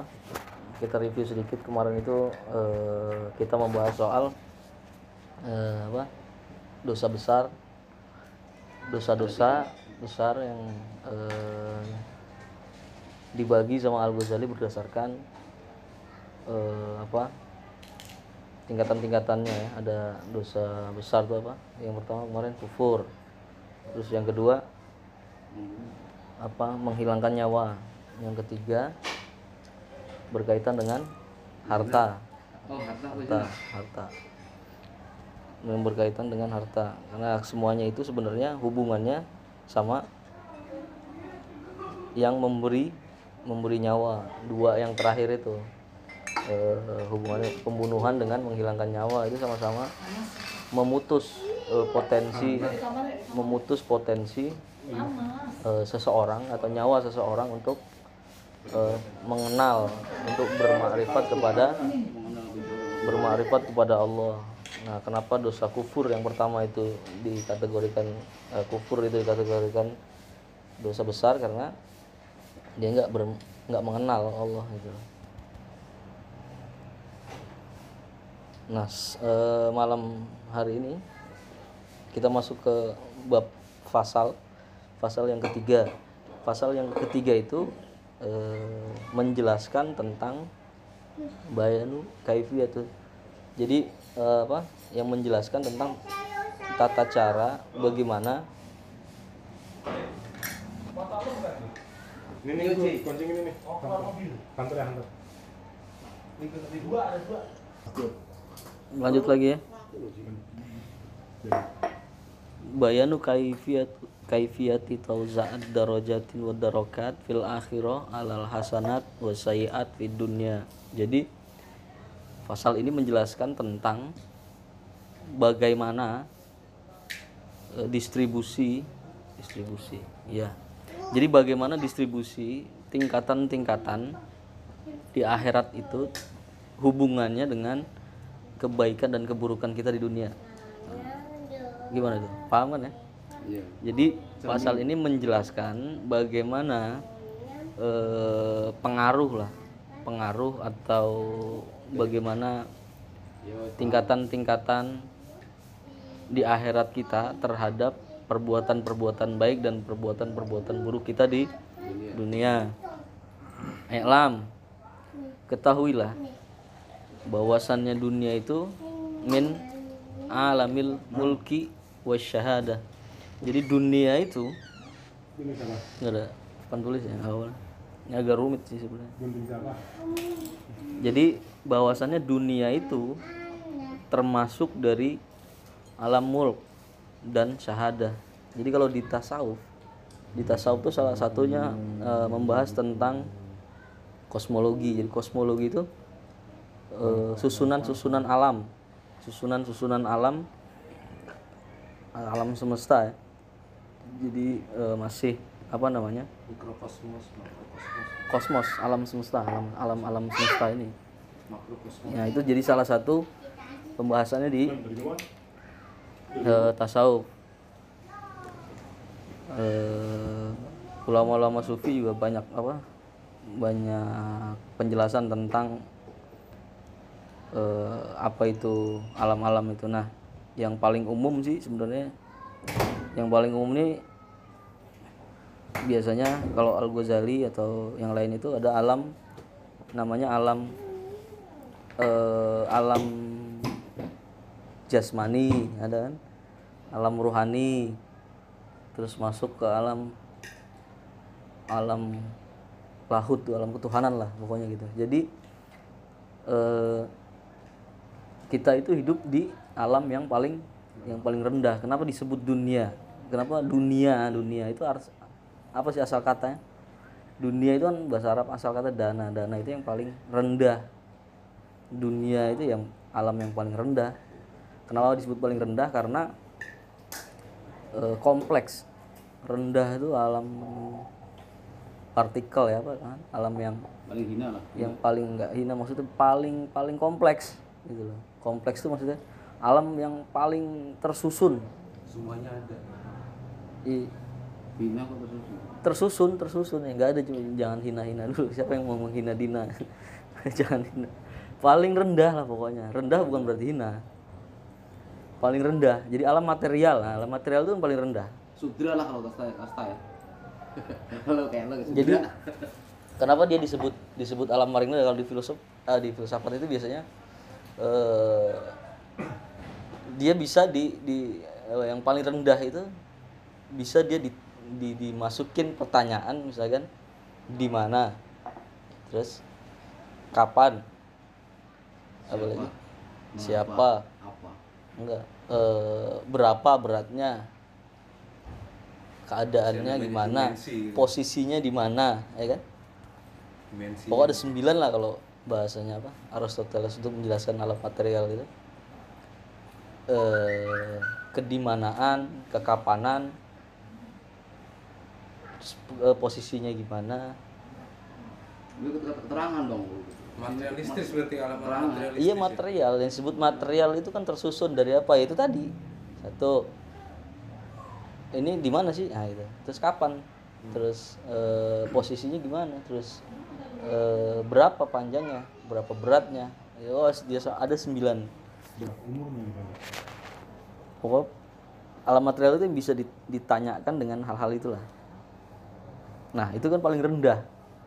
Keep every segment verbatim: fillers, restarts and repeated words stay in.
kita review sedikit kemarin itu eh, kita membahas soal eh, apa dosa besar, dosa-dosa besar yang eh, dibagi sama Al-Ghazali berdasarkan eh, apa tingkatan-tingkatannya ya. Ada dosa besar tuh apa? Yang pertama kemarin kufur. Terus yang kedua apa? Menghilangkan nyawa. Yang ketiga berkaitan dengan harta. Oh, harta. Harta, harta. Yang berkaitan dengan harta. Karena semuanya itu sebenarnya hubungannya sama yang memberi memberi nyawa. Dua yang terakhir itu eh, hubungannya pembunuhan dengan menghilangkan nyawa itu sama-sama memutus eh, potensi memutus potensi eh, seseorang atau nyawa seseorang untuk eh, mengenal, untuk bermakrifat kepada bermakrifat kepada Allah. Nah, kenapa dosa kufur yang pertama itu dikategorikan eh, kufur itu dikategorikan dosa besar? Karena dia nggak ber, nggak mengenal Allah gitu. Nah, eh, malam hari ini kita masuk ke bab fasal, fasal yang ketiga. Fasal yang ketiga itu eh, menjelaskan tentang bayanu kaifiyatu. Jadi eh, apa? Yang menjelaskan tentang tata cara bagaimana ini nih, kuncing ini nih. Kantor ya, kantor. lanjut lagi ya. Bayanu kaifiyat kaifiyati tauza'at darajatin wa darakat fil akhirah alal hasanat wa sayyi'at fid dunya. Jadi pasal ini menjelaskan tentang bagaimana e, distribusi distribusi ya. Jadi bagaimana distribusi tingkatan-tingkatan di akhirat itu hubungannya dengan kebaikan dan keburukan kita di dunia. Gimana tuh? Paham kan ya? Iya. Jadi pasal ini menjelaskan bagaimana eh, pengaruh lah, pengaruh atau bagaimana tingkatan-tingkatan di akhirat kita terhadap perbuatan-perbuatan baik dan perbuatan-perbuatan buruk kita di dunia. I'lam, ketahuilah bahwasannya dunia itu min alamil mulki wasyahadah. Jadi dunia itu nggak ada depan tulis ya awal. Ini agak rumit sih sebenarnya. Jadi bahwasannya dunia itu termasuk dari alam mulk dan syahadah. Jadi kalau di tasawuf, di tasawuf itu salah satunya e, membahas tentang kosmologi. Jadi kosmologi itu e, susunan-susunan alam, susunan-susunan alam, alam semesta ya. Jadi e, masih apa namanya? Mikrokosmos, makrokosmos. Kosmos, alam semesta, alam alam alam semesta ini. Makrokosmos. Ya itu jadi salah satu pembahasannya di e, tasawuf. E, ulama-ulama sufi juga banyak apa? Banyak penjelasan tentang e, apa itu alam-alam itu. Nah, yang paling umum sih sebenarnya, yang paling umum ini biasanya kalau Al-Ghazali atau yang lain itu ada alam, namanya alam eh, alam jasmani, ada kan, alam ruhani, terus masuk ke alam alam lahut, alam ketuhanan lah pokoknya gitu. Jadi eh, kita itu hidup di alam yang paling yang paling rendah. Kenapa disebut dunia? Kenapa dunia? Dunia itu harus apa sih asal katanya? Dunia itu kan bahasa Arab asal kata dana. Dana itu yang paling rendah. Dunia itu yang alam yang paling rendah. Kenapa disebut paling rendah? Karena e, kompleks. Rendah itu alam partikel ya, apa kan? Alam yang Paling hina lah. yang paling enggak hina, maksudnya paling paling kompleks gitu loh. Kompleks itu maksudnya alam yang paling tersusun. Semuanya ada. I, Hina kok terus. tersusun tersusun ya, nggak ada, cuma jangan hina-hina dulu. Siapa yang mau menghina Dina? Jangan hina. Paling rendah lah pokoknya. Rendah bukan berarti hina. Paling rendah. Jadi alam material. Nah, alam material itu yang paling rendah. Sudra lah kalau kasta ya, kasta ya. Kalau kayak lo sudra. Jadi kenapa dia disebut disebut alam paling rendah? Kalau di filosof eh, di filsafat itu biasanya eh, dia bisa di, di eh, yang paling rendah itu bisa dia di, di dimasukin pertanyaan misalkan di mana, terus kapan, apa Siapa? lagi, Mengapa? siapa, Apa? enggak, eh, berapa beratnya, keadaannya Namanya gimana, dimensi. posisinya di mana, ya kan? Dimensi. Pokoknya ada sembilan lah kalau bahasanya apa Aristoteles untuk menjelaskan alam material itu. Eh, kedimanaan, kekapanan, terus, eh, posisinya gimana. Ini keterangan dong. Materialistis berarti alam Keterangan. materialistis. Iya ya? material, yang disebut material itu kan tersusun dari apa? Itu tadi satu, ini di mana sih? Nah itu. Terus kapan? Terus eh, posisinya gimana? Terus eh, berapa panjangnya? Berapa beratnya? Ya, oh, dia ada sembilan. Berapa umurnya gitu. Pokok alam material itu yang bisa ditanyakan dengan hal-hal itulah. Nah itu kan paling rendah.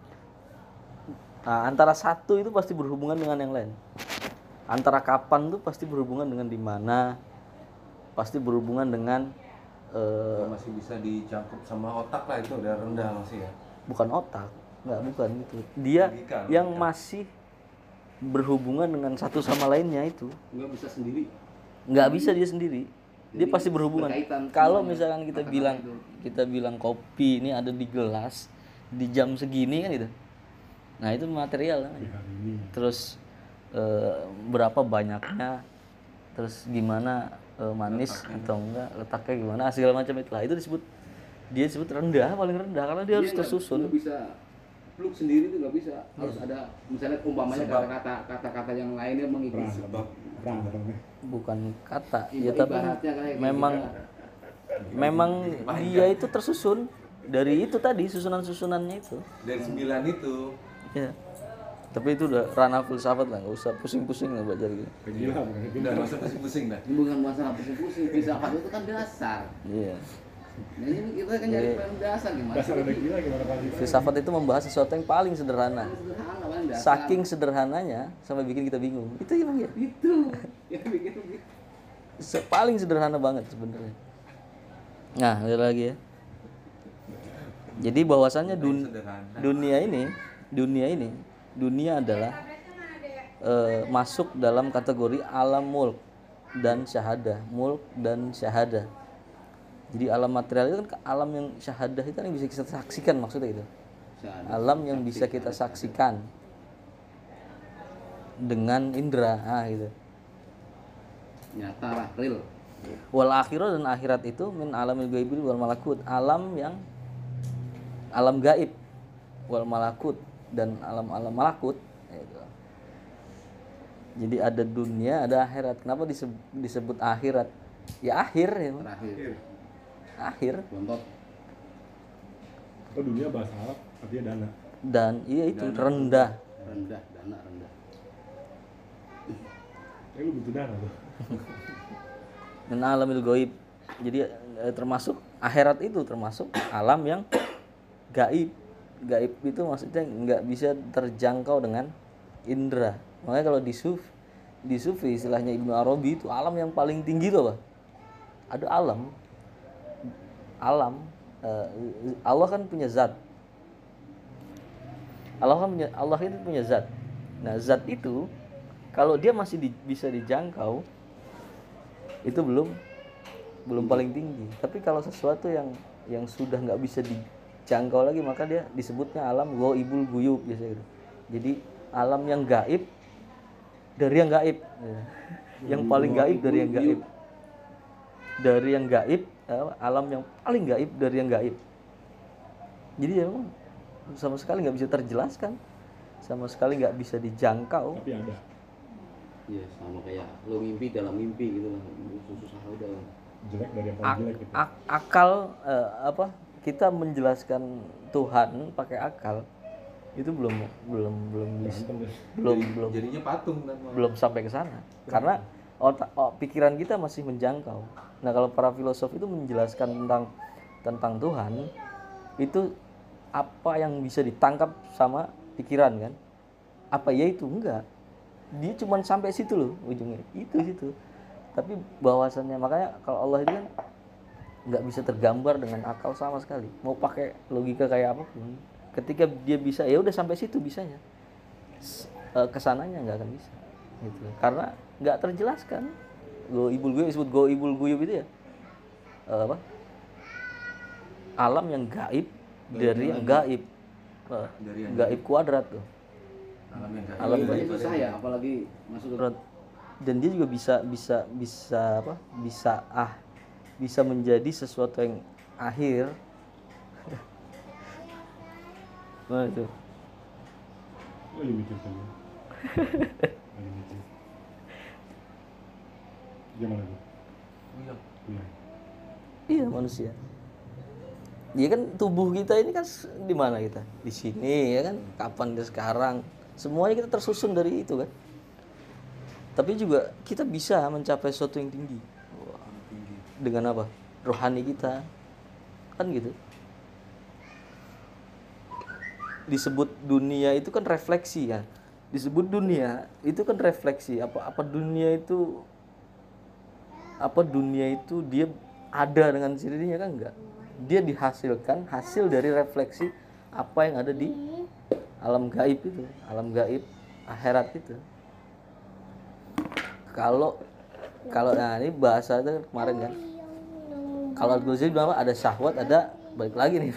Nah, antara satu itu pasti berhubungan dengan yang lain. Antara kapan itu pasti berhubungan dengan di mana, pasti berhubungan dengan eh, Ya, masih bisa dijangkau sama otak lah, itu udah rendah masih ya. bukan otak, nggak bukan gitu. Dia Logika, yang logika. masih berhubungan dengan satu sama lainnya itu Nggak bisa sendiri. nggak bisa dia sendiri. Dia Jadi, pasti berhubungan. berkaitan Kalau semuanya. misalkan kita Kata-kata bilang itu. kita bilang kopi ini ada di gelas di jam segini kan gitu. Nah itu material namanya. Hari ini. Terus eh, berapa banyaknya, terus gimana eh, manis atau enggak, letaknya gimana, segala macam itulah. Itu disebut dia disebut rendah, paling rendah karena dia harus nggak- tersusun. nggak bisa peluk sendiri itu nggak bisa. Harus ada misalnya umpamanya Sebab. kata-kata kata-kata yang lainnya Perang, mengikuti. Sebab perang katanya. Bukan kata, Iba- ya tapi ibaratnya kayak gitu memang kan. memang dia itu tersusun dari itu tadi, susunan-susunannya itu. dari sembilan itu Ya. Tapi itu udah ranah filsafat lah, nggak usah pusing-pusing lah belajar gitu. Kayak gila bukan kayak gila. udah nggak usah pusing-pusing dah. Ini bukan masalah pusing-pusing. Filsafat itu kan dasar. Iya. Nah ini kita kan nyari Jadi- paling dasar gimana? Dasar ada gila gimana Pak Haji? Filsafat itu membahas sesuatu yang paling sederhana. Paling sederhana paling dasar. Saking sederhananya sampai bikin kita bingung. Itu emang ya. itu yang bikin begitu. Se- paling sederhana banget sebenarnya. Nah, ada lagi ya. Jadi bahwasannya dun- Sederhana. dunia ini, dunia ini, dunia adalah eh, masuk dalam kategori alam mulk dan syahadah, mulk dan syahadah. Jadi alam material itu kan alam yang syahadah itu kan yang bisa kita saksikan maksudnya itu. Alam yang bisa kita saksikan dengan indera, ah gitu. Nyata lah, real. Wal akhirah, dan akhirat itu min alamil ghaibi wal malakut, alam yang alam gaib, wal malakut, dan alam-alam malakut gitu. Jadi ada dunia, ada akhirat. Kenapa disebut, disebut akhirat? Ya akhir ya. Terakhir. Akhir. Contoh. Oh dunia bahasa Arab artinya dana. Dan iya itu rendah. Rendah, dana rendah. Eh lu butuh dana tuh. Min alamil ghaib. Jadi eh, termasuk akhirat itu termasuk alam yang gaib. Gaib itu maksudnya nggak bisa terjangkau dengan indera. Makanya kalau di suf di sufi istilahnya Ibnu Arabi itu alam yang paling tinggi itu apa? Ada alam. Alam eh, Allah kan punya zat. Allah kan punya Allah itu punya zat. Nah, zat itu kalau dia masih di- bisa dijangkau itu belum belum paling tinggi. Tapi kalau sesuatu yang yang sudah nggak bisa dijangkau lagi maka dia disebutnya alam ghaibul ghuyub biasanya gitu. Jadi alam yang gaib dari yang gaib. Ya. Yang paling gaib dari yang gaib. Dari yang gaib, eh, alam yang paling gaib dari yang gaib. Jadi ya memang sama sekali nggak bisa terjelaskan, sama sekali nggak bisa dijangkau. Tapi ada. Iya, sama kayak lo mimpi dalam mimpi gitu lah. Susah udah. Jelek dari yang Ak- paling jelek gitu. ak- akal eh, apa kita menjelaskan Tuhan pakai akal itu belum belum belum bisa, belum Jadi- belum jadinya patung kan malah. belum sampai ke sana karena otak oh, pikiran kita masih menjangkau. Nah kalau para filosof itu menjelaskan tentang tentang Tuhan itu apa yang bisa ditangkap sama pikiran kan, apa ya itu enggak, dia cuma sampai situ loh ujungnya itu situ. Tapi bahwasannya makanya kalau Allah itu kan nggak bisa tergambar dengan akal sama sekali, mau pakai logika kayak apapun ketika dia bisa ya udah sampai situ bisanya. S- eh, kesananya nggak akan bisa gitu karena nggak terjelaskan. Goibul guyub disebut goibul guyub itu ya eh, apa alam yang gaib dari yang gaib. Eh, Dari yang gaib kuadrat tuh alam yang gaib. Alam Itu gaib. susah ya, apalagi masuk ke Kuadrat. Dan dia juga bisa bisa bisa apa bisa ah bisa menjadi sesuatu yang akhir. Nah itu Lagi mikir saja. Lagi mikir. Gimana tuh? Iya. Iya. iya manusia. Dia kan tubuh kita ini kan s- di mana kita? Di sini ya kan. Kapan dia sekarang? Semuanya kita tersusun dari itu kan. Tapi juga kita bisa mencapai sesuatu yang tinggi. Wah, Tinggi. dengan apa? Rohani kita. Kan gitu. Disebut dunia itu kan refleksi kan. Disebut dunia itu kan refleksi. Apa apa dunia itu apa dunia itu dia ada dengan sendirinya kan enggak. Dia dihasilkan hasil dari refleksi apa yang ada di alam gaib itu, alam gaib akhirat itu. Kalau kalau nah ini bahasa itu kemarin kan. Kalau Al-Ghazali bilang apa? Ada syahwat, ada balik lagi nih.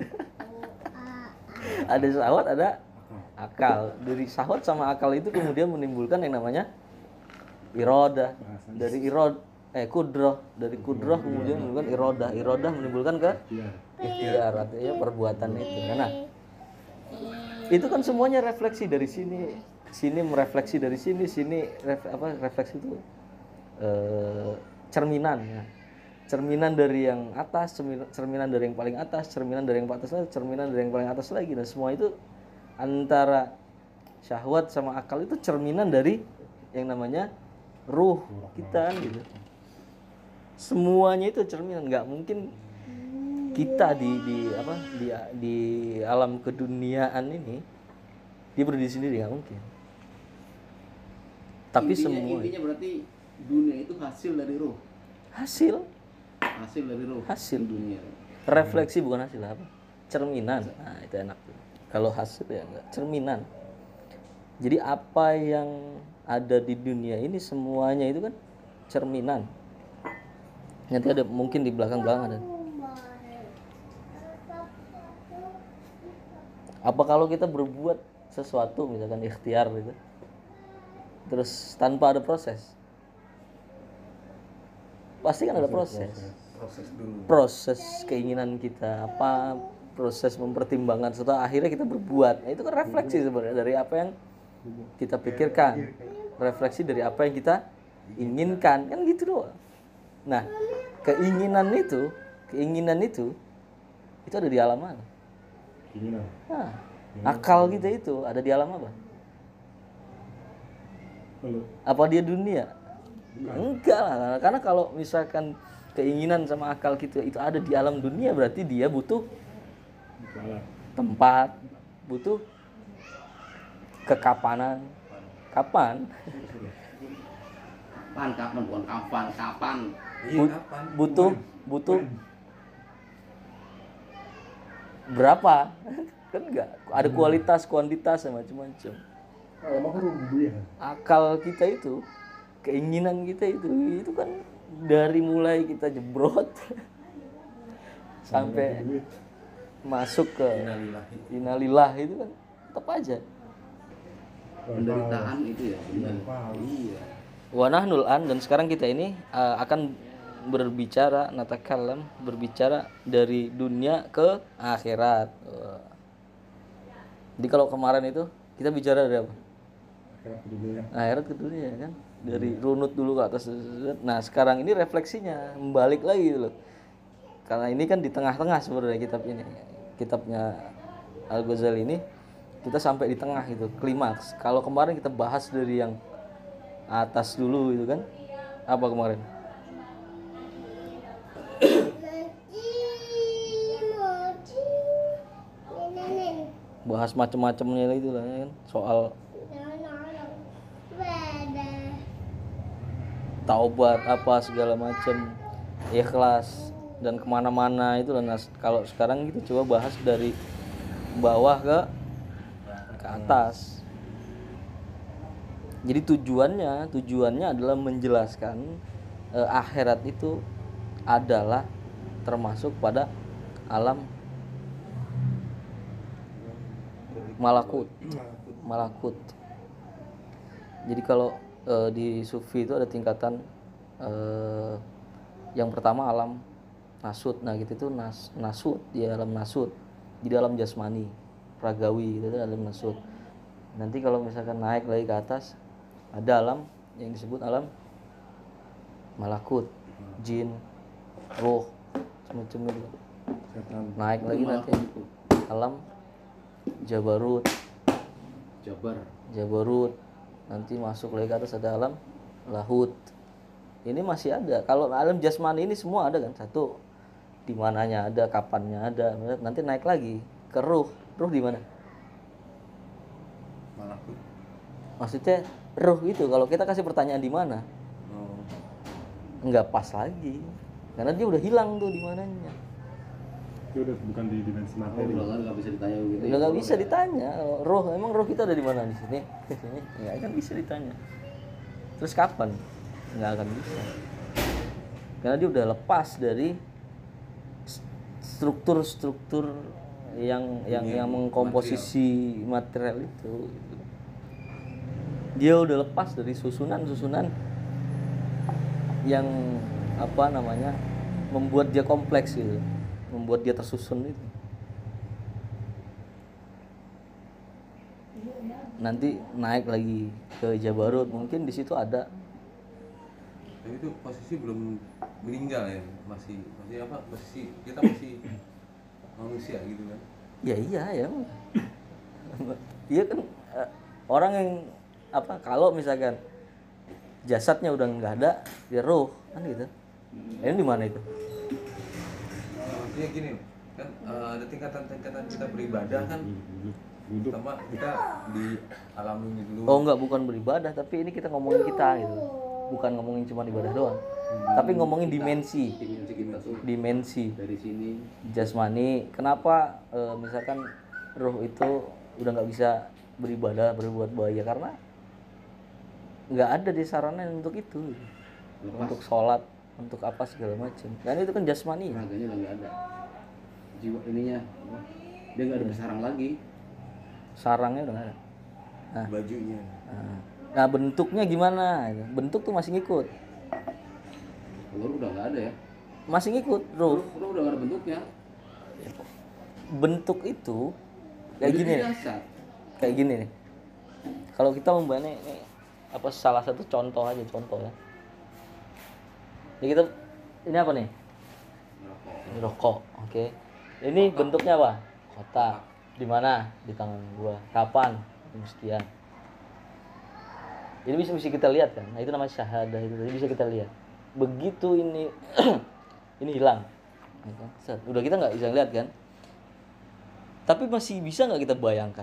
Ada syahwat, ada akal. Dari syahwat sama akal itu kemudian menimbulkan yang namanya irodah. Dari irod eh kudroh, dari kudroh kemudian menimbulkan irodah. Irodah menimbulkan ke Iya. ikhtiar, artinya perbuatan itu. Karena itu kan semuanya refleksi dari sini, sini merefleksi dari sini, sini ref, apa refleksi itu eh, cerminan ya. Cerminan dari yang atas, cerminan, cerminan dari yang paling atas, cerminan dari yang paling atas lagi, cerminan dari yang paling atas lagi. Dan semua itu antara syahwat sama akal itu cerminan dari yang namanya ruh kita kan gitu. Semuanya itu cerminan, nggak mungkin kita di di apa di di alam keduniaan ini dia berdiri sendiri, nggak mungkin. Tapi intinya, semua intinya berarti dunia itu hasil dari roh, hasil hasil dari roh. Hasil. dunia. refleksi bukan hasil apa? Cerminan. Nah, itu enak tuh. Kalau hasil ya enggak, cerminan. Jadi apa yang ada di dunia ini semuanya itu kan cerminan. Nanti ada mungkin di belakang-belakang ada. Apa kalau kita berbuat sesuatu misalkan ikhtiar gitu. Terus tanpa ada proses? Pasti kan ada proses. Proses dulu. Proses keinginan kita apa, proses mempertimbangkan setelah akhirnya kita berbuat. Nah, itu kan refleksi sebenarnya dari apa yang kita pikirkan, refleksi dari apa yang kita inginkan, kan gitu doang. Nah, keinginan itu, keinginan itu itu ada di alam mana? Keinginan. Nah, akal kita itu ada di alam apa? Kalau Apa dia dunia? Enggak lah, karena kalau misalkan keinginan sama akal kita itu ada di alam dunia, berarti dia butuh salah. tempat, butuh kekapanan. Kapan? Kapan, kapan, bukan kapan, kapan. Iya, Bu- kapan? butuh butuh berapa? Kan enggak, ada kualitas, kuantitas dan macam-macam. Kalau mau kan dia. Akal kita itu, keinginan kita itu, itu kan dari mulai kita jebrot sampai masuk ke Innalillahi. innalillah itu kan tetap aja. Penderitaan itu ya. Iya. Iya. Wa nahnul an, dan sekarang kita ini uh, akan berbicara natakalam, berbicara dari dunia ke akhirat. Wah. Jadi kalau kemarin itu kita bicara dari apa? Kayak dunia. Akhirat ke dunia kan, dari runut dulu ke atas. Nah sekarang ini refleksinya membalik lagi gitu loh. karena ini kan di tengah-tengah sebenarnya kitab ini, kitabnya Al-Ghazali ini kita sampai di tengah itu, klimaks. Kalau kemarin kita bahas dari yang atas dulu itu kan, apa kemarin? Bahas macam-macamnya itu lah kan, soal taubat apa segala macam, ikhlas dan kemana-mana itu. Dan kalau sekarang kita coba bahas dari bawah ke ke atas. Jadi tujuannya tujuannya adalah menjelaskan eh, akhirat itu adalah termasuk pada alam malakut. Malakut. Jadi kalau eh, di sufi itu ada tingkatan eh, yang pertama alam nasut. Nah gitu itu nas, nasut di alam nasut, di dalam jasmani ragawi itu alam nasut. Nanti kalau misalkan naik lagi ke atas ada alam yang disebut alam malakut, jin, roh, semacam itu. Setan. Naik lagi nanti alam jabarut, Jabar. jabarut. Nanti masuk lagi ke atas ada alam lahut. Ini masih ada. Kalau alam jasmani ini semua ada kan, satu di mananya ada, kapannya ada. Nanti naik lagi ke ruh. Ruh di mana? Malakut. Maksudnya ruh itu kalau kita kasih pertanyaan di mana, Oh. nggak pas lagi. Karena dia udah hilang tuh di mananya. Itu udah bukan di dimensi Oh, materi. udah kan nggak bisa ditanya begitu. Udah nggak bisa ditanya. Roh, emang roh kita ada di mana di sini? Nggak akan bisa ditanya. Terus kapan? Nggak akan bisa. Karena dia udah lepas dari struktur-struktur yang yang Ini yang mengkomposisi material itu. Dia udah lepas dari susunan-susunan yang apa namanya membuat dia kompleks gitu, membuat dia tersusun itu. Nanti naik lagi ke Jabarut, mungkin di situ ada. Tapi itu posisi belum meninggal ya, masih masih apa? Posisi kita masih manusia gitu kan. Ya iya ya. Iya kan eh, orang yang apa kalau misalkan jasadnya udah nggak ada, dia roh kan gitu. Ini di mana itu? Nah, maksudnya gini kan, eh, ada tingkatan-tingkatan kita beribadah kan. Duduk. Pertama kita di alam ini dulu. Oh enggak, bukan beribadah, tapi ini kita ngomongin kita gitu. Bukan ngomongin cuma ibadah doang. Tapi ngomongin dimensi. Dimensi kita tuh Dimensi dari sini. jasmani. Kenapa eh, misalkan roh itu udah nggak bisa beribadah, berbuat baik, karena nggak ada di sarana untuk itu. Lepas. Untuk sholat, untuk apa segala macam. Dan itu kan jasmani. Raganya udah nggak ada. Jiwa ininya apa? Dia nggak ada bersarang lagi. Sarangnya udah nggak ada. Nah, Bajunya. nah. Nah, bentuknya gimana? Bentuk tuh masih ngikut. Kalau udah nggak ada ya. Masih ngikut roh. Udah udah nggak ada bentuknya. Bentuk itu kayak Jadi gini nih. jasad. Kayak gini nih. Kalau kita membahasnya ini apa salah satu contoh aja contoh ya. Ini kita ini apa nih? Ini rokok, oke. Ini bentuknya apa? Kotak. Di mana? Di tangan gua. Kapan? Sekian. Ini bisa bisa kita lihat kan? Nah, itu namanya syahadah itu. Jadi bisa kita lihat. Begitu ini ini hilang. Ya kan? Set. Udah kita nggak bisa lihat kan? Tapi masih bisa nggak kita bayangkan?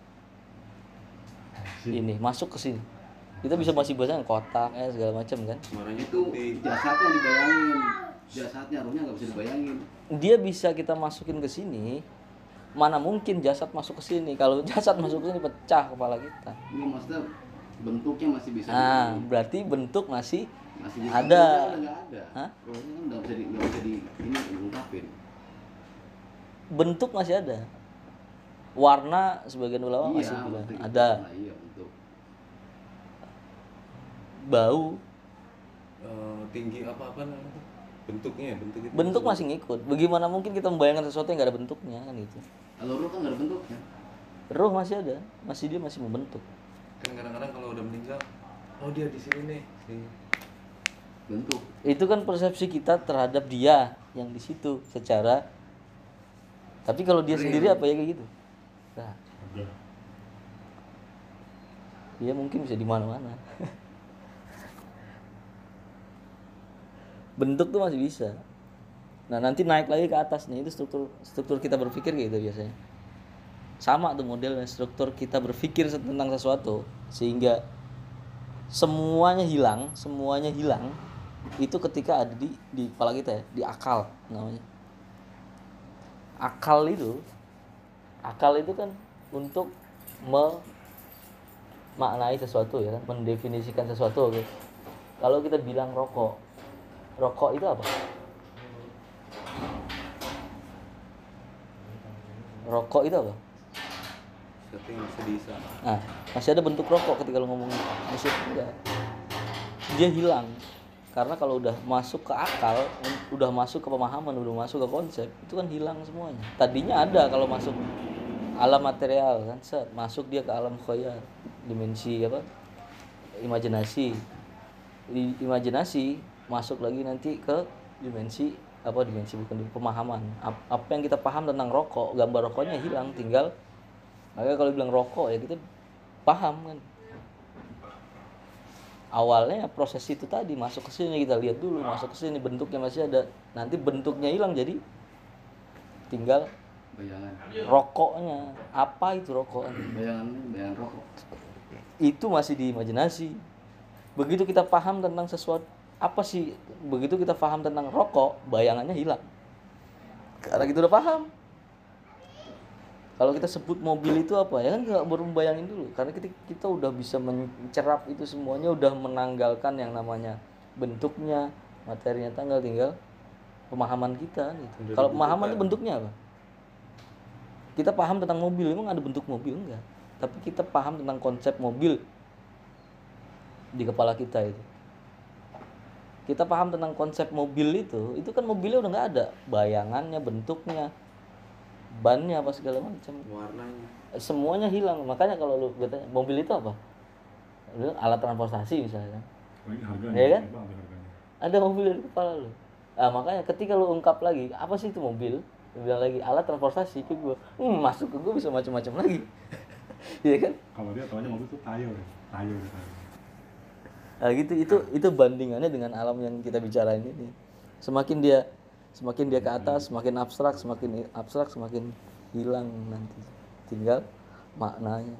Ini masuk ke sini. Kita bisa masih bayangkan kotak ya segala macam kan? Suaranya Itu jasadnya dibayangin. Jasadnya rohnya nggak bisa dibayangin. Dia bisa kita masukin ke sini. Mana mungkin jasad masuk ke sini? Kalau jasad masuk ke sini pecah kepala kita. Ini maksudnya bentuknya masih bisa. Nah, di- berarti bentuk masih masih bisa. ada. Rohnya udah nggak ada. Hah? Rohnya kan nggak bisa di nggak bisa di ini diungkapin. bentuk masih ada. Warna sebagian ulama masih bilang bentuk itu. ada. Nah, iya bentuk. Bau, eh, tinggi apa apa namanya? Bentuknya, bentuk itu. bentuk masih ngikut. Bagaimana mungkin kita membayangkan sesuatu yang nggak ada bentuknya kan gitu. Kalau roh kan nggak ada bentuknya. Roh masih ada, masih dia masih membentuk. Kan kadang-kadang kalau udah meninggal, oh dia di sini nih. Si- Bentuk. Itu kan persepsi kita terhadap dia. yang di situ secara, tapi kalau dia sendiri apa ya kayak gitu. Nah, Ada. dia mungkin bisa di mana-mana. Bentuk tuh masih bisa. Nah nanti naik lagi ke atas nih, itu struktur struktur kita berpikir gitu biasanya. Sama tuh modelnya, struktur kita berpikir tentang sesuatu sehingga semuanya hilang, semuanya hilang itu ketika ada di di kepala kita ya, di akal namanya. Akal itu, akal itu kan untuk memaknai sesuatu ya, mendefinisikan sesuatu. Oke. Kalau kita bilang rokok, rokok itu apa? Rokok itu apa? Sesuatu yang bisa diisa. Nah, masih ada bentuk rokok ketika lo ngomong musik enggak. Dia hilang. Karena kalau udah masuk ke akal, udah masuk ke pemahaman, udah masuk ke konsep, itu kan hilang semuanya. Tadinya ada kalau masuk alam material kan, set, masuk dia ke alam khayal, dimensi apa? Imajinasi. Di imajinasi masuk lagi nanti ke dimensi apa dimensi bukan di pemahaman. Apa yang kita paham tentang rokok, gambar rokoknya hilang, tinggal makanya kalau bilang rokok ya kita paham kan. Awalnya proses itu tadi masuk ke sini kita lihat dulu, masuk ke sini bentuknya masih ada. Nanti bentuknya hilang jadi tinggal Bayangan. rokoknya. Apa itu rokok? Bayangan, bayangan rokok. Itu masih di imajinasi. Begitu kita paham tentang sesuatu apa sih, begitu kita paham tentang rokok, bayangannya hilang. Karena kita udah paham. Kalau kita sebut mobil itu apa ya kan nggak baru bayangin dulu, karena kita kita udah bisa mencerap itu semuanya, udah menanggalkan yang namanya bentuknya, materinya, tanggal tinggal pemahaman kita gitu. Kalau pemahaman itu bentuknya apa? Kita paham tentang mobil, emang ada bentuk mobil enggak? Tapi kita paham tentang konsep mobil di kepala kita itu. Kita paham tentang konsep mobil itu, itu kan mobilnya udah nggak ada, bayangannya, bentuknya, bannya apa segala macam, Warnanya. semuanya hilang. Makanya kalau lu bertanya mobil itu apa, lu alat transportasi misalnya, Lagi harganya. ya kan? Bang, harganya. Ada mobil di kepala lu. Nah, makanya ketika lu ungkap lagi apa sih itu mobil, lu bilang lagi alat transportasi ke gue, hmm, masuk ke gue bisa macam-macam lagi. Iya kan? Kalau dia taunya mobil itu tayo ya. Tayo ya. Tayo. Nah, gitu itu itu bandingannya dengan alam yang kita bicarain ini. Semakin dia semakin dia ke atas, semakin abstrak, semakin abstrak, semakin hilang nanti. Tinggal maknanya.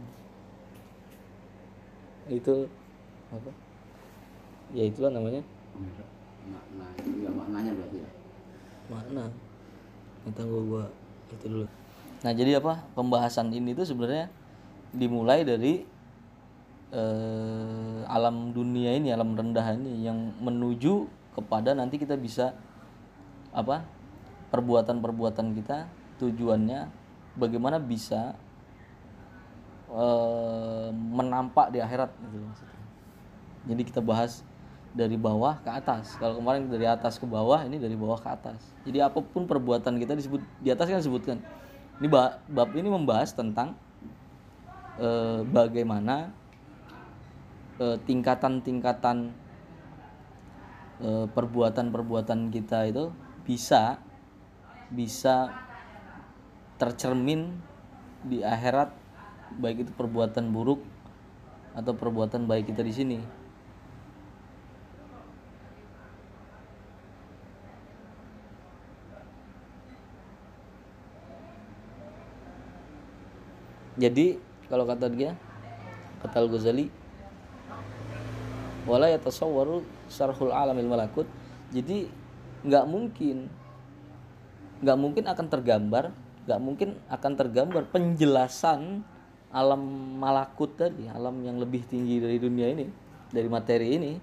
Itu apa? Ya itulah namanya Beda. Makna, ya maknanya berarti ya. makna. Kita gua gua itu dulu. Nah, jadi apa? Pembahasan ini tuh sebenarnya dimulai dari eh, alam dunia ini, alam rendah ini yang menuju kepada nanti kita bisa apa? Perbuatan-perbuatan kita tujuannya bagaimana bisa eh, menampak di akhirat gitu maksudnya. Jadi kita bahas dari bawah ke atas. Kalau kemarin dari atas ke bawah, ini dari bawah ke atas. Jadi apapun perbuatan kita disebut di atas kan disebutkan. Ini bab ini membahas tentang eh, bagaimana eh, tingkatan-tingkatan eh, perbuatan-perbuatan kita itu bisa bisa tercermin di akhirat, baik itu perbuatan buruk atau perbuatan baik kita di sini. Jadi kalau kata dia, kata Al-Ghazali, wala yatasawwaru syarhul alamil malakut. Jadi nggak mungkin nggak mungkin akan tergambar nggak mungkin akan tergambar penjelasan alam malakut tadi, alam yang lebih tinggi dari dunia ini, dari materi ini,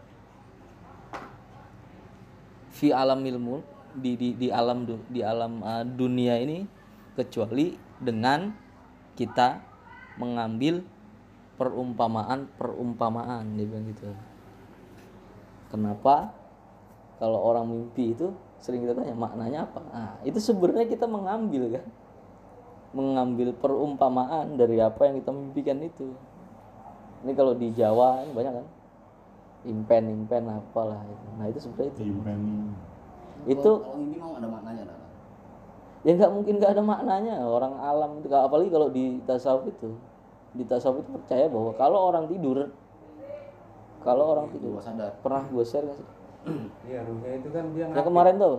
fi alam ilmu, di di di alam di alam uh, dunia ini, kecuali dengan kita mengambil perumpamaan perumpamaan dia bilang gitu. Kenapa kalau orang mimpi itu sering kita tanya maknanya apa? Nah, itu sebenarnya kita mengambil kan, mengambil perumpamaan dari apa yang kita mimpikan itu. Ini kalau di Jawa ini banyak kan, impen impen apalah itu. Nah itu sebenarnya itu. Impen. Itu kalau ini mau ada maknanya dah. ya nggak mungkin nggak ada maknanya. Orang alam itu, apalagi kalau di tasawuf itu, di tasawuf itu percaya bahwa kalau orang tidur, kalau orang tidur, Jiwa sadar. pernah gue share nggak sih? Iya, ruhnya itu kan dia Yang ngapit. kemarin tuh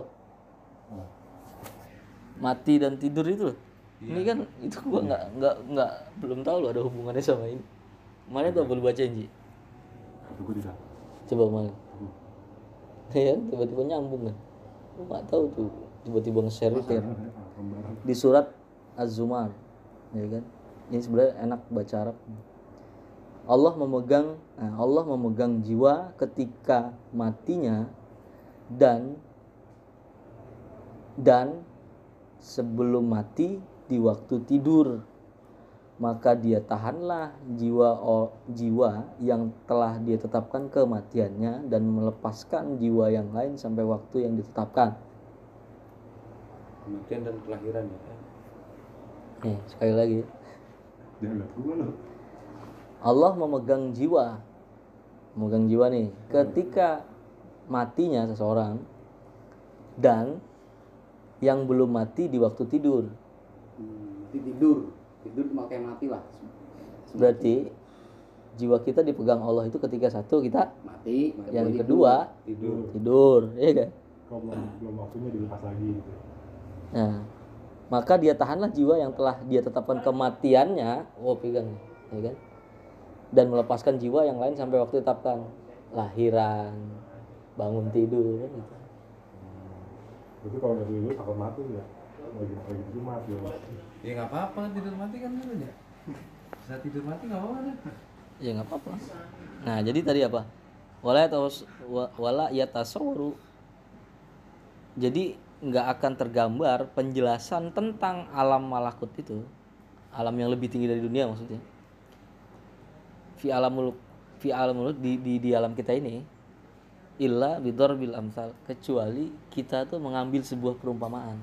mati dan tidur itu loh. Ini kan itu gua nggak nggak nggak belum tahu loh ada hubungannya sama ini. Kemarin tuh baru baca Ji. Itu gue tidak. Coba kemarin. Ya tiba-tiba nyambung kan. Gua nggak tahu tuh tiba-tiba nge-share itu ya. Di surat Az-Zumar, ya kan? Ini sebenarnya enak baca Arab. Allah memegang, nah Allah memegang jiwa ketika matinya dan dan sebelum mati di waktu tidur, maka dia tahanlah jiwa oh, jiwa yang telah dia tetapkan kematiannya dan melepaskan jiwa yang lain sampai waktu yang ditetapkan. Kematian dan kelahiran ya kan. Nih, sekali lagi. Jangan lihat gue loh. Allah memegang jiwa, memegang jiwa nih ketika matinya seseorang dan yang belum mati di waktu tidur. Hmm, nanti tidur, tidur pakai mati lah. Berarti jiwa kita dipegang Allah itu ketika satu kita, Mati. yang tidur. kedua Tidur. tidur, ya kan? Kalau belum belum waktunya dilepas lagi gitu. Nah, maka dia tahanlah jiwa yang telah dia tetapkan kematiannya, oh pegang, ya kan? Dan melepaskan jiwa yang lain sampai waktu ditetapkan, lahiran, bangun tidur, kan gitu. Berarti kalau nggak dulu takut mati ya. Lagi lagi tidur mati ya. Ya nggak apa-apa kan tidur mati kan kan ya. Saat tidur mati nggak apa-apa kan. Ya nggak apa-apa. Nah, jadi tadi apa? Wala yatas wala yatasawwaru. Jadi nggak akan tergambar penjelasan tentang alam malakut itu, alam yang lebih tinggi dari dunia maksudnya. Fi alamul fi alamul di, di di alam kita ini illa bidorbil amsal, kecuali kita tuh mengambil sebuah perumpamaan.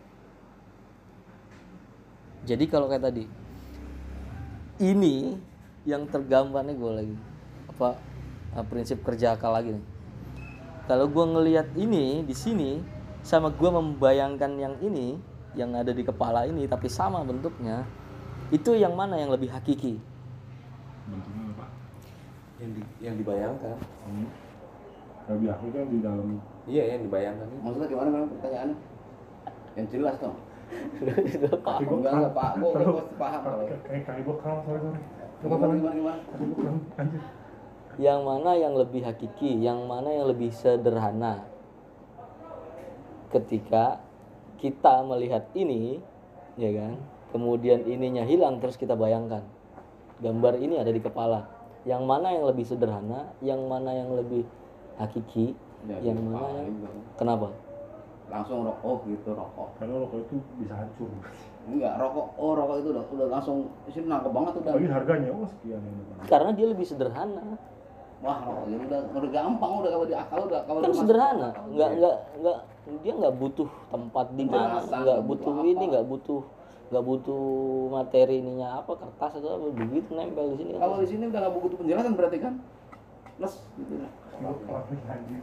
Jadi kalau kayak tadi ini yang tergambar nih gue lagi apa uh, prinsip kerja akal lagi nih. Kalau gue ngelihat ini di sini sama gue membayangkan yang ini yang ada di kepala ini tapi sama bentuknya, itu yang mana yang lebih hakiki? Bentuknya apa? Yang di, yang dibayangkan. Hmm. Lebih aku kan di dalam. Iya, yang dibayangkan itu. Maksudnya gimana memang pertanyaannya? Yang jelas dong. Tapi gue Enggak enggak Pak, gua gua pasti paham kalau. Kayak kayak gue kalah sorry sorry. Coba Gimana kan. gimana gimana? Tadi gue kurang anjir. Yang mana yang lebih hakiki, yang mana yang lebih sederhana? Ketika kita melihat ini, ya kan? Kemudian ininya hilang terus kita bayangkan. Gambar ini ada di kepala. Yang mana yang lebih sederhana, yang mana yang lebih hakiki, Ya, yang gitu, mana Pak, yang gitu. kenapa? Langsung rokok gitu rokok. Karena rokok itu bisa hancur. Enggak, rokok. Oh, rokok itu udah udah langsung sini nangkep banget udah. Lagi harganya oh sekian ini. Karena dia lebih sederhana. Wah, rokok ini udah udah gampang udah kalau di akal udah kalau Kan udah masuk sederhana, akal. nggak nggak nggak dia nggak butuh tempat di mana, Penjelasan, nggak nggak butuh butuh ini, apa. nggak butuh nggak butuh materi ininya apa kertas atau apa begitu nempel di sini. Kalau di sini udah nggak butuh penjelasan berarti kan? Plus gitu lah. Wah, anjir.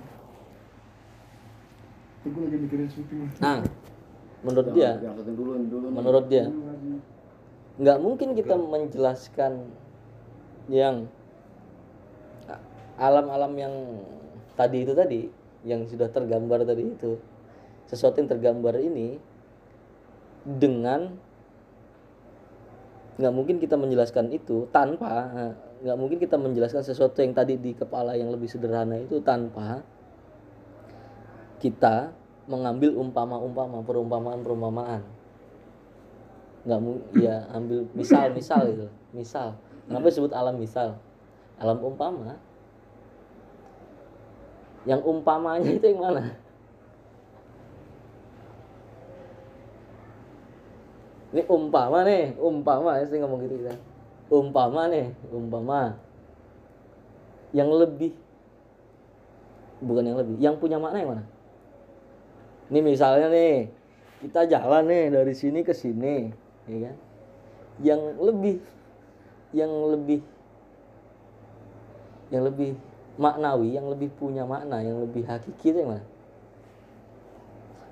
Tuh gue lagi mikirin syuting. Nah, menurut dia, Yang penting dulu yang dulu nih. menurut dia Dulu lagi. nggak mungkin kita menjelaskan yang alam-alam yang tadi itu tadi yang sudah tergambar tadi itu, sesuatu yang tergambar ini dengan nggak mungkin kita menjelaskan itu tanpa nggak mungkin kita menjelaskan sesuatu yang tadi di kepala yang lebih sederhana itu tanpa kita mengambil umpama-umpama, perumpamaan-perumpamaan. Nggak mungkin ya ambil misal-misal gitu. Misal. Kenapa disebut alam misal? Alam umpama. Yang umpamanya itu yang mana? Ini umpama nih, umpama ya sih ngomong gitu kita. Umpama nih, umpama. Yang lebih bukan yang lebih, yang punya makna yang mana? Ini misalnya nih, kita jalan nih dari sini ke sini, ya kan? Yang lebih yang lebih yang lebih maknawi, yang lebih punya makna, yang lebih hakiki itu yang mana?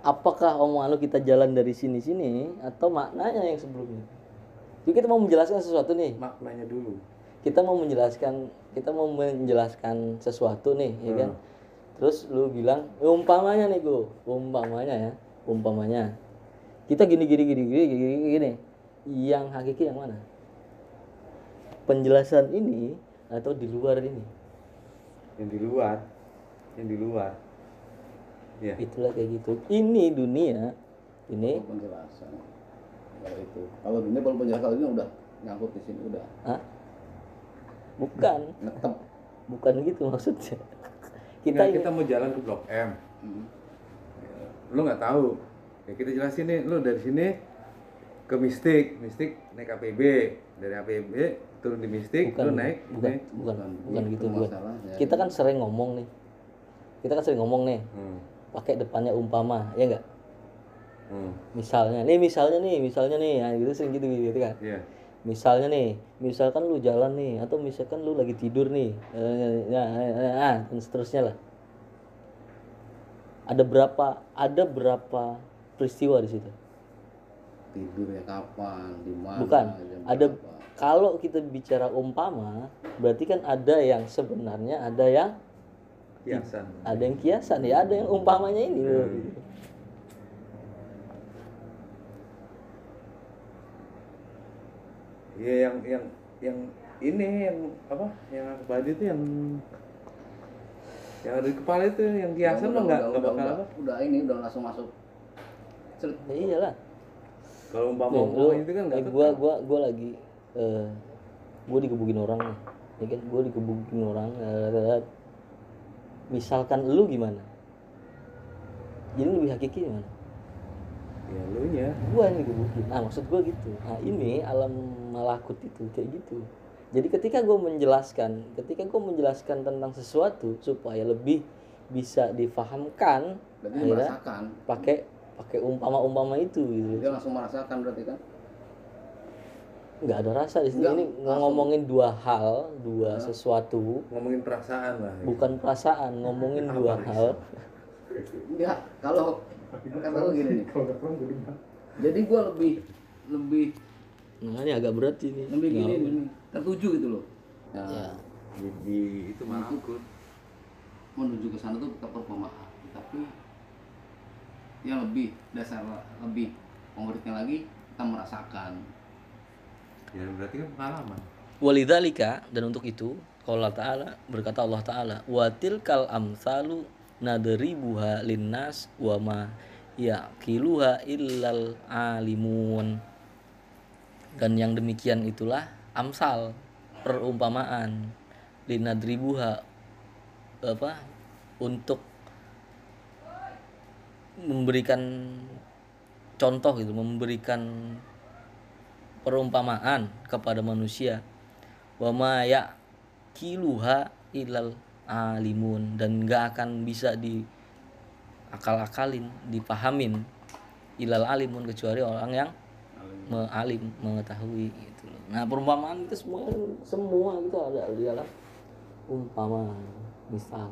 apakah omongan lu kita jalan dari sini-sini atau maknanya yang sebelumnya. Jadi kita mau menjelaskan sesuatu nih. Maknanya dulu. Kita mau menjelaskan kita mau menjelaskan sesuatu nih, ya kan? Terus lu bilang, umpamanya nih gua, umpamanya ya, umpamanya. Kita gini gini gini gini gini gini. Yang hakiki yang mana? Penjelasan ini atau di luar ini? Yang di luar. Yang di luar. Ya. Itulah kayak gitu. Ini dunia, ini Kalau penjelasan kalau itu kalau dunia kalau penjelasan ini udah nyangkut di sini udah ah, bukan, netep. bukan gitu maksudnya. Kita Nggak, ini kita mau jalan ke Blok M. Hmm. Lu nggak tahu. Ya kita jelasin nih, lu dari sini ke Mistik, Mistik naik A P B, dari A P B turun di Mistik, bukan, lu naik bukan, ini. bukan, Bukan, bukan itu gitu. Bukan. masalahnya. Kita kan sering ngomong nih, kita kan sering ngomong nih, Hmm. pakai depannya umpama, ya enggak? Hmm. Misalnya, nih misalnya nih, misalnya nih, ya gitu sering gitu gitu kan. Iya. Misalnya nih, misalkan lu jalan nih, atau misalkan lu lagi tidur nih, eh, ya, ya, ya, ya, dan seterusnya lah. Ada berapa, ada berapa peristiwa di situ? Tidurnya kapan, di mana? Bukan, jam ada berapa. kalau kita bicara umpama, berarti kan ada yang sebenarnya, ada yang Kiasan. ada yang kiasan ya, ada yang umpamanya ini. Iya yang yang yang ini yang apa? Yang aku tadi itu yang yang ada di kepala itu yang kiasan Ya, mah nggak udah, nggak udah, bakal udah, apa? udah ini udah langsung masuk. Cerit. Ya iyalah. Kalau umpama Nih, lu, umpama itu kan nggak eh, gua gua gua lagi eh gua digebukin orang nih. Ya kan, gua digebukin orang. eh, misalkan lu gimana? Jadi lebih hakiki gimana? ya lu nya. Gua yang digebukin. Nah, maksud gua gitu. Nah, ini alam malakut itu kayak gitu. Jadi ketika gua menjelaskan, ketika gua menjelaskan tentang sesuatu supaya lebih bisa difahamkan, Berarti dia akhirnya merasakan. pakai pakai umpama-umpama itu gitu. Dia langsung merasakan berarti kan. Nggak ada rasa di sini. Nggak, Ini langsung. ngomongin dua hal, dua sesuatu, Ngomongin perasaan lah. ya. bukan perasaan, ngomongin dua hal. Enggak, kalau kalau gini nih. Kalau nggak kurang jadi nggak. Jadi gua lebih lebih Nah, ini agak berat ini. lebih gini Nggak- nih, tertuju gitu loh. Nah, Ya. Di, di itu Malakut. menuju ke sana tuh ke performaan, tapi yang lebih dasar lebih konkretnya lagi kita merasakan. Ya berarti kan pengalaman. Walidzalika, dan untuk itu qala ta'ala, berkata Allah Ta'ala, wa tilkal amsalu nadribuha linnas wa ma yaqiluha illal alimun. Dan yang demikian itulah amsal, perumpamaan, linadribuha, apa, untuk memberikan contoh gitu, memberikan perumpamaan kepada manusia. Wa ma yaqiluha ilal alimun, dan gak akan bisa di akal-akalin, dipahamin ilal alimun, kecuali orang yang mealim, mengetahui gitu loh. Nah, perumpamaan itu semua semua itu ada di dalam umpama, misal.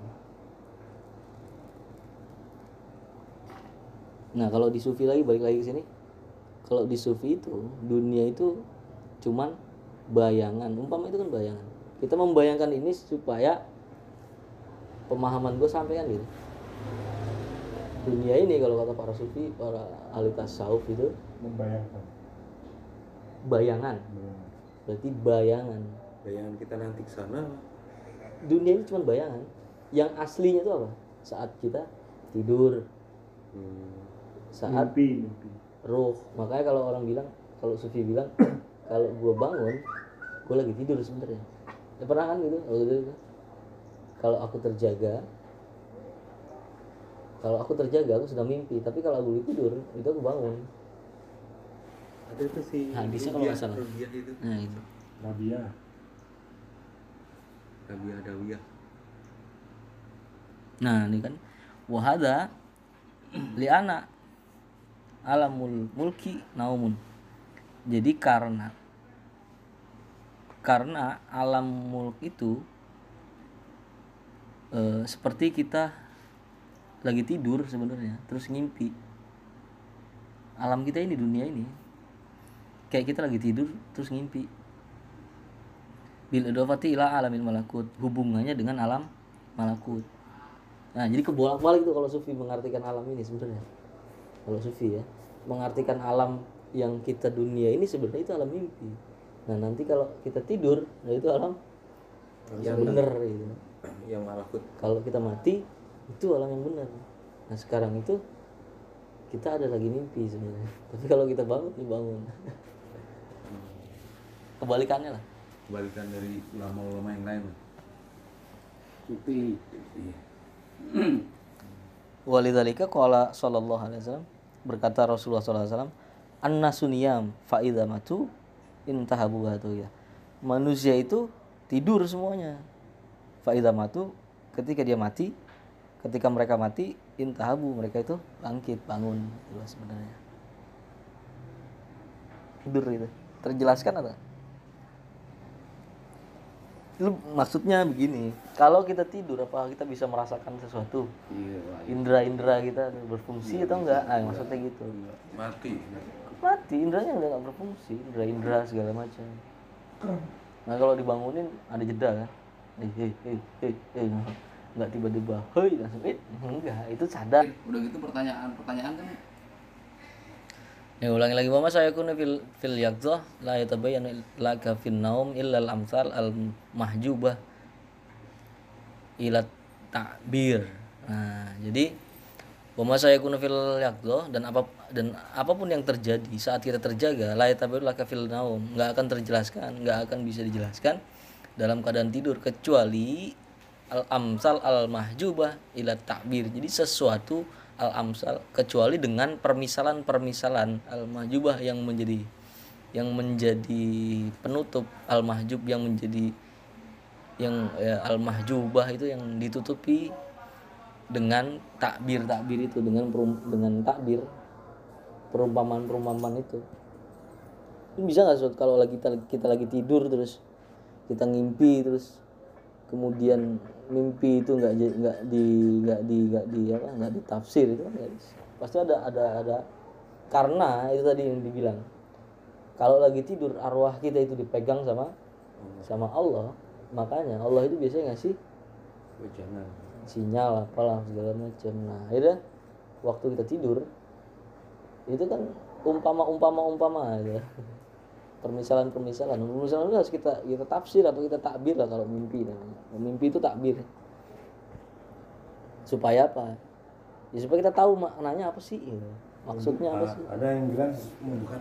Nah, kalau di sufi lagi, balik lagi ke sini. Kalau di sufi itu dunia itu cuman bayangan, umpama itu kan bayangan. Kita membayangkan ini supaya pemahaman gue sampai kan gitu. Dunia ini kalau kata para sufi, para ahli tasawuf itu Membayangkan. bayangan. Membayangkan. Berarti bayangan. Bayangan kita nanti ke sana. Dunia ini cuma bayangan. Yang aslinya itu apa? Saat kita tidur, Hmm. saat Mimpi, mimpi. ruh. Makanya kalau orang bilang, kalau sufi bilang, kalau gue bangun, gue lagi tidur sebenarnya. Ya, pernah kan gitu? Kalau gitu, kalau aku terjaga, kalau aku terjaga, aku sedang mimpi. Tapi kalau aku tidur, itu aku bangun. Ada itu sih. Hadisnya kalau nggak salah. Rubiah itu. Nah itu. Rabia. Rabiah Adawiyah. Nah ini kan, wahada liana alamul mulki naumun. Jadi karena karena alam mulk itu eh, seperti kita lagi tidur sebenarnya, terus ngimpi. alam kita ini, dunia ini kayak kita lagi tidur terus ngimpi. Bil idhofati ila alamil malakut, hubungannya dengan alam malakut. Nah, jadi kebolak-balik itu kalau sufi mengartikan alam ini sebenarnya. Kalau sufi ya, mengartikan alam yang kita dunia ini sebenarnya itu alam mimpi. Nah, nanti kalau kita tidur, nah itu alam yang benar gitu. Yang malakut. Kalau kita mati, itu alam yang benar. Nah, sekarang itu kita ada lagi mimpi sebenarnya. Tapi kalau kita bangun, ya bangun. Kebalikannya lah. Kebalikan dari ulama-ulama yang lain. Sufi. Iya. Walidzalika qala sallallahu alaihi wasallam, berkata Rasulullah sallallahu alaihi wasallam, annasu niyam fa idza matu intahabu ya. Manusia itu tidur semuanya. Fa idza matu, ketika dia mati, ketika mereka mati intahabu, mereka itu bangkit, bangun. Itu sebenarnya. Tidur itu. Terjelaskan atau? Lu maksudnya begini, kalau kita tidur apa kita bisa merasakan sesuatu? Iya, Pak. Indra-indra kita berfungsi atau enggak? Ah, maksudnya gitu. Mati. Mati, indranya udah nggak berfungsi, indra-indra segala macam. Nah, kalau dibangunin ada jeda kan? Eh, eh, eh, eh, eh, nggak tiba-tiba, hei langsung, eh, enggak, itu sadar. Udah gitu pertanyaan-pertanyaan kan Ya ulangi lagi, bahwa saya kuna fil fil yaqzah la yatabayyanu laka fin naum illa al amsal al mahjubah ila ta'bir. Nah, jadi bahwa saya kuna fil yaqzah dan apa dan apapun yang terjadi saat kita terjaga la yatabayyanu laka fil naum, enggak akan terjelaskan, enggak akan bisa dijelaskan dalam keadaan tidur kecuali al amsal al mahjubah ila ta'bir. Jadi sesuatu al-amsal kecuali dengan permisalan-permisalan al-mahjubah yang menjadi yang menjadi penutup, al-mahjub yang menjadi yang ya, al-mahjubah itu yang ditutupi dengan takbir-takbir itu, dengan perum, dengan takbir perumpamaan-perumpamaan itu. Itu bisa nggak kalau lagi kita, kita lagi tidur terus kita ngimpi terus kemudian mimpi itu nggak nggak di nggak di nggak di apa nggak ditafsir, itu kan nggak bisa. Pasti ada ada ada karena itu tadi yang dibilang, kalau lagi tidur arwah kita itu dipegang sama sama Allah, makanya Allah itu biasanya ngasih Jangan. sinyal apalah segala macam. Nah akhirnya waktu kita tidur itu kan umpama umpama umpama aja, permisalan-permisalan, permisalan itu harus kita kita tafsir atau kita takbir lah kalau mimpi namanya. Mimpi itu takbir. Supaya apa? Ya supaya kita tahu maknanya apa sih, gitu. Maksudnya apa sih? Ada yang bilang membuka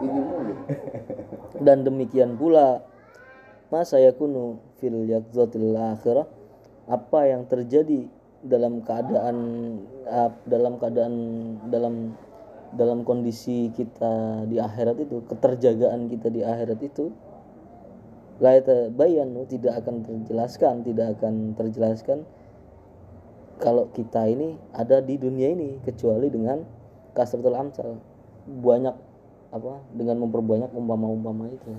Dan demikian pula masa yakunu fil yaqzatil akhirah, apa yang terjadi dalam keadaan dalam keadaan dalam dalam kondisi kita di akhirat itu, keterjagaan kita di akhirat itu, la yatabayyanu, tidak akan terjelaskan, tidak akan terjelaskan kalau kita ini ada di dunia ini kecuali dengan kasratul amsal, banyak apa dengan memperbanyak umpama-umpama itu.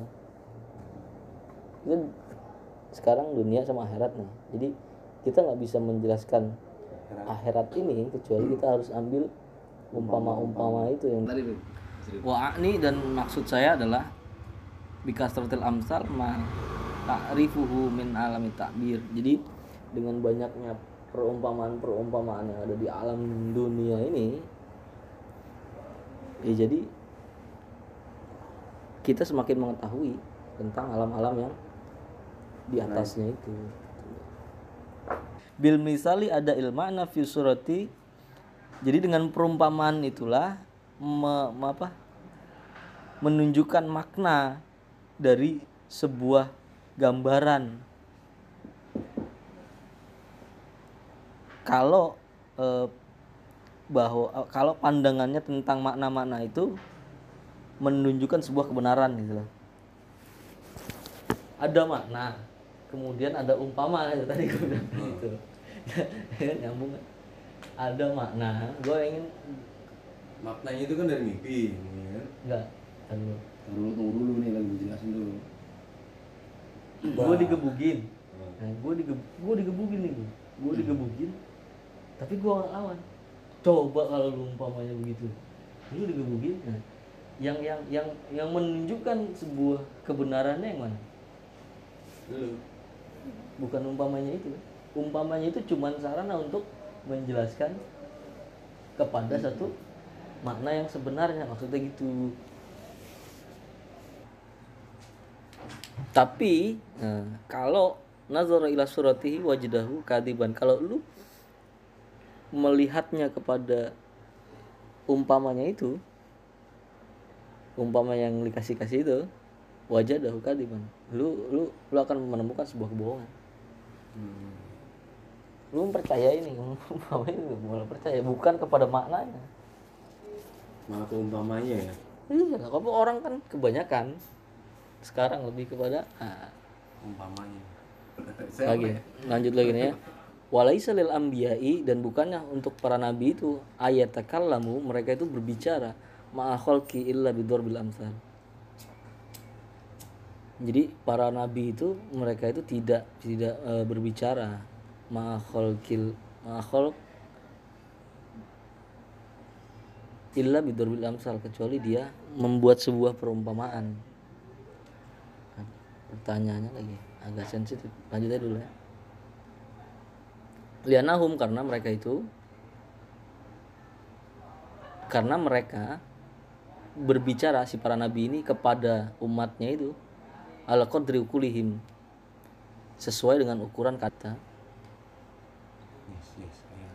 Itu sekarang dunia sama akhirat nih. Jadi kita nggak bisa menjelaskan akhirat ini kecuali kita harus ambil umpama-umpama itu yang tadi tuh. wa'ani, dan maksud saya adalah bikasratil amsal ma ta'rifuhu min alami takbir. Jadi dengan banyaknya perumpamaan-perumpamaan yang ada di alam dunia ini, ya jadi kita semakin mengetahui tentang alam-alam yang di atasnya itu. Bil misali ada ilmana fi surati. Jadi dengan perumpamaan itulah me, me, apa, menunjukkan makna dari sebuah gambaran. Kalau eh, bahwa kalau pandangannya tentang makna-makna itu menunjukkan sebuah kebenaran gitu loh. Ada makna, kemudian ada umpama itu tadi gue bilang gitu. Ya, nyambung. Ada makna, gue ingin maknanya itu kan dari mimpi, ya. enggak dulu. Dulu tunggu dulu nih, lagi dijelasin dulu. Gue digebugin, nah, gue digebug, gue digebugin nih, gue digebugin, tapi gue nggak lawan. Coba kalau lu umpamanya begitu, Lu digebukin. Nah, yang yang yang yang menunjukkan sebuah kebenarannya yang mana? Lu. Bukan umpamanya itu. Umpamanya itu cuma sarana untuk menjelaskan kepada satu makna yang sebenarnya, maksudnya gitu. Tapi nah, kalau nazara ila suratihi wajdahu kadiban, kalau lu melihatnya kepada umpamanya itu, umpama yang dikasih-kasih itu, wajdahu kadiban, lu lu lu akan menemukan sebuah kebohongan. Hmm. Lu percaya ini umpamanya, lu malah percaya bukan kepada maknanya. Malah ke umpamanya ya. Iya, kalau orang kan kebanyakan sekarang lebih kepada ah, Umpamanya. lagi lanjut lagi nih ya. Walaisa lil anbiya'i, dan bukannya untuk para nabi itu ayat takallamu, mereka itu berbicara ma'a khalqi illa bidorbil amsal. Jadi para nabi itu mereka itu tidak tidak e, berbicara ma'a khalqil ma'a khalq illa bidorbil amsal, kecuali dia membuat sebuah perumpamaan. Nah, pertanyaannya lagi agak sensitif, lanjut aja dulu ya. Lianahum, karena mereka itu karena mereka berbicara si para nabi ini kepada umatnya itu ala qadri ukulihim, sesuai dengan ukuran kata. Yes, yes, iya.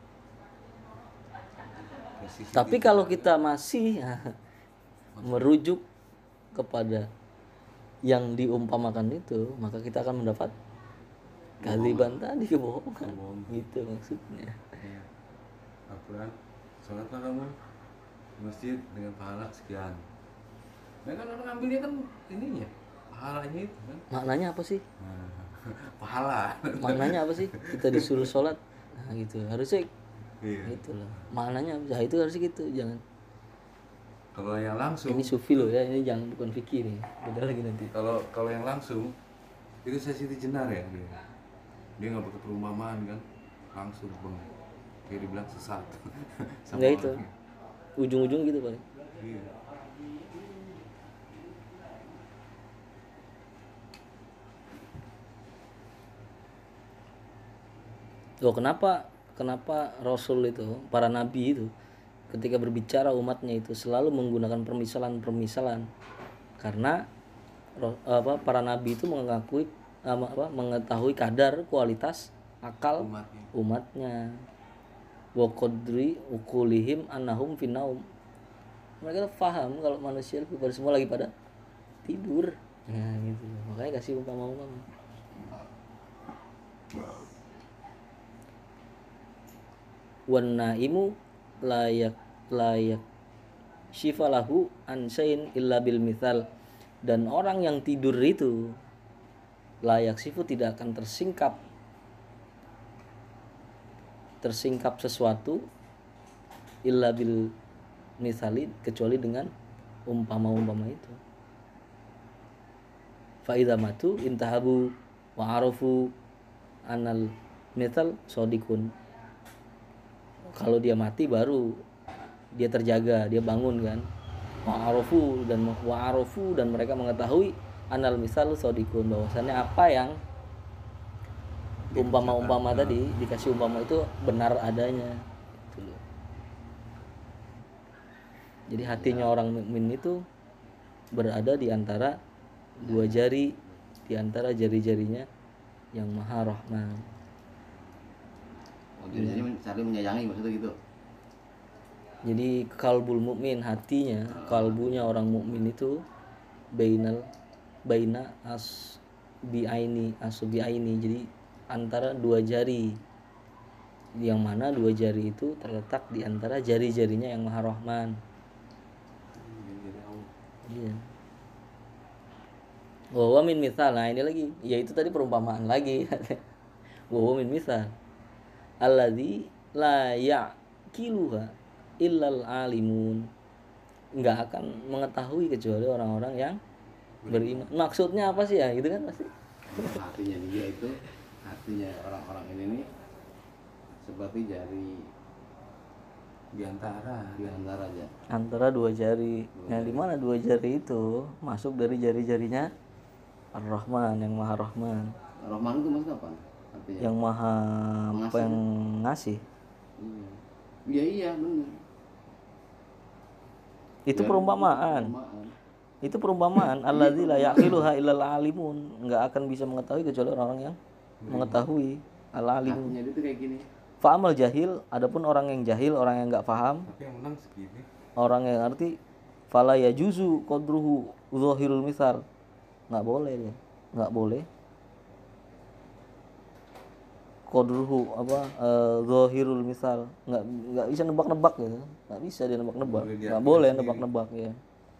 Posisi Tapi kita. kalau kita masih merujuk kepada yang diumpamakan itu, maka kita akan mendapat kaliban tadi, kebohongan. Kebohongan. Gitu maksudnya. Ya. Al-Quran, sholatlah kamu di masjid dengan pahala sekian. Nah kan orang ambilnya kan ininya, pahalanya itu kan. Maknanya apa sih? Nah, pahala. Maknanya apa sih? Kita disuruh sholat, nah gitu. Harusnya Iya. gitu loh. Maknanya ya itu harus gitu, jangan. Kalau yang langsung, Ini sufi loh ya, ini jangan, bukan fikih nih. Beda lagi nanti. kalau kalau yang langsung itu saya Siti Jenar ya dia. Dia nggak pakai perumpamaan kan, langsung bang. Kayak dibilang sesat. Sama Enggak itu. orangnya. Ujung-ujung gitu paling. Iya. Loh, kenapa kenapa Rasul itu, para nabi itu ketika berbicara umatnya itu selalu menggunakan permisalan-permisalan? Karena ro- apa para nabi itu mengakui apa, apa, mengetahui kadar kualitas akal Umatnya. umatnya. Wa qadri ukulihim annahum finaum. Mereka tuh paham kalau manusia itu pada semua lagi pada tidur. Nah, gitu. Makanya kasih umpama-umpama. Wan naimu layak layak syifalahu ansain illa bil mithal, dan orang yang tidur itu layak sifu tidak akan tersingkap tersingkap sesuatu illa bil mithali, kecuali dengan umpama-umpama itu. Fa idza matu intahabu wa arafu anal mithal sodikun. Kalau dia mati baru dia terjaga, dia bangun kan. Wa'arofu dan wa'arofu dan mereka mengetahui anal misal sodikun, bahwasannya apa yang umpama-umpama tadi dikasih umpama itu benar adanya. Gitu loh. Jadi hatinya orang mukmin itu berada di antara dua jari, di antara jari-jarinya yang Maha Rahman. Oh, jadi jadi saling menyayangi maksudnya gitu. Jadi kalbul mukmin, hatinya, kalbunya orang mukmin itu bainal baina as bi aini asubi aini. Jadi antara dua jari, yang mana dua jari itu terletak di antara jari-jarinya yang Maha Rahman. Iya. Wa min mithal. Nah, ini lagi, yaitu tadi perumpamaan lagi. Wa min mithal alladzi la yaqiluha illal alimun. Enggak akan mengetahui kecuali orang-orang yang beriman. Maksudnya apa sih ya? Gitu kan pasti. Artinya dia itu, artinya orang-orang ini nih seperti jari di antara di antara aja. antara dua jari. Yang dimana dua jari itu masuk dari jari-jarinya Ar-Rahman, yang Maha Rahman, Rahman itu maksudnya apa? Artinya? yang Maha Mengasih. pengasih. Iya. Iya iya benar. Itu Ya, perumpamaan. perumpamaan. Itu perumpamaan. Alladzi la yaqiluha illal alimun, enggak akan bisa mengetahui kecuali orang yang mengetahui. Al-alimun. Artinya itu kayak gini. Fa'amal jahil, adapun orang yang jahil, orang yang enggak paham, tapi yang menang segini. orang yang ngerti, fala yajuzu qadruhu zahirul misal. Enggak boleh dia. Enggak boleh. Qadruhu apa eh, zahirul misal. Enggak enggak bisa nebak-nebak gitu. Enggak bisa dia nebak-nebak. Boleh dia Enggak artikan boleh sendiri. nebak-nebak ya.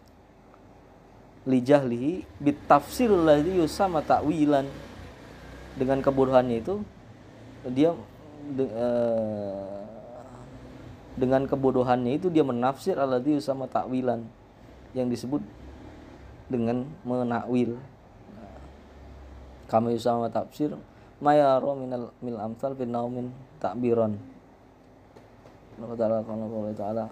Lijahlihi bitafsirul ladzi yusama ta'wilan. Dengan kebodohannya itu dia de- eh, dengan kebodohannya itu dia menafsir alladzi yusama ta'wilan, yang disebut dengan menakwil. Kama yusama tafsir mayaro minal mil amsal fi naumin ta'biron. Allah Ta'ala Allah Ta'ala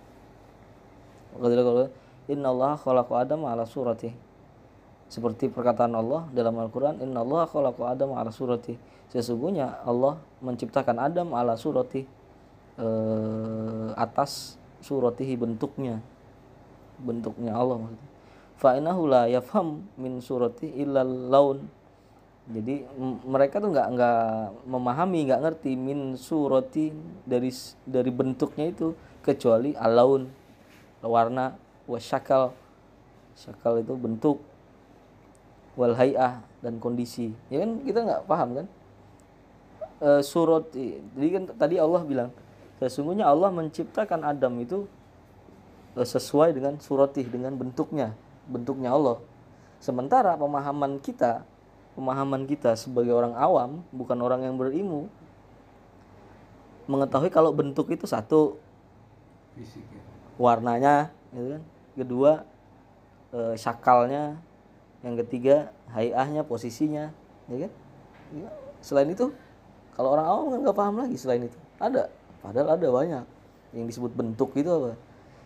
Qadira inna Allah khalaqa Adam ala surati. Seperti perkataan Allah dalam Al-Quran, inna Allah khalaqa Adam ala surati. Sesungguhnya Allah menciptakan Adam ala surati, eh, atas suratihi, bentuknya, bentuknya Allah maksudnya. Fa innahu la yafham min surati illa laun. Jadi m- mereka tuh nggak nggak memahami, nggak ngerti min surati, dari s- dari bentuknya itu, kecuali alaun, warna, wasyakal, syakal itu bentuk, wal hay'ah, dan kondisi. Ya kan kita nggak paham kan? E, surat jadi kan tadi Allah bilang sesungguhnya Allah menciptakan Adam itu e, sesuai dengan suratih, dengan bentuknya, bentuknya Allah. Sementara pemahaman kita, pemahaman kita sebagai orang awam, bukan orang yang berilmu, mengetahui kalau bentuk itu satu, Fisik ya. warnanya, gitu kan. Kedua, e, syakalnya. Yang ketiga, hayahnya, posisinya, ya kan? Ya. Selain itu, kalau orang awam kan nggak paham lagi selain itu. Ada, padahal ada banyak yang disebut bentuk itu apa?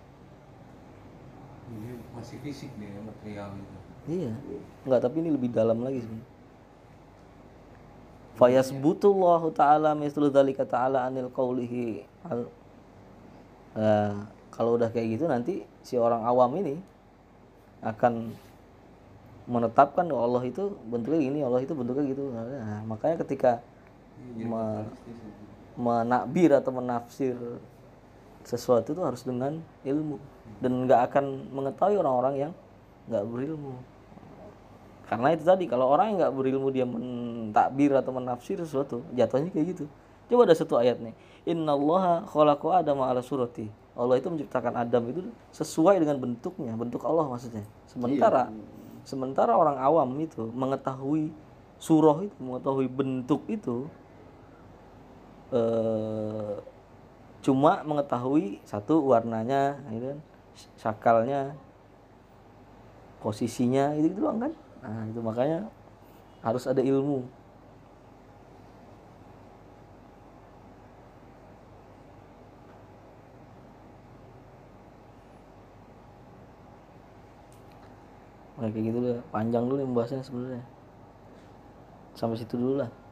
Ini masih fisik nih ya, material itu. Iya, nggak, tapi ini lebih dalam lagi sebenarnya. Fayasbutullahu ta'ala mislu dzalika ta'ala anil qaulihi al. Nah, kalau udah kayak gitu nanti si orang awam ini akan menetapkan bahwa Allah itu bentuknya gini, Allah itu bentuknya gitu. Nah, makanya ketika Ini jadi me- fatalistis itu. menakbir atau menafsir sesuatu itu harus dengan ilmu, dan nggak akan mengetahui orang-orang yang nggak berilmu. Karena itu tadi, kalau orang yang nggak berilmu dia mentakbir atau menafsir sesuatu, jatuhnya kayak gitu. Coba ada satu ayat nih, innallaha khalaqa adama ala surati. Allah itu menciptakan Adam itu sesuai dengan bentuknya, bentuk Allah maksudnya. Sementara sementara orang awam itu mengetahui surah itu, mengetahui bentuk itu, eh, cuma mengetahui satu, warnanya, gitu kan, syakalnya, posisinya, itu gitu doang kan. Nah itu makanya harus ada ilmu. Nah, kayak gitu lah, panjang dulu nih membahasnya sebenarnya. Sampai situ dulu lah.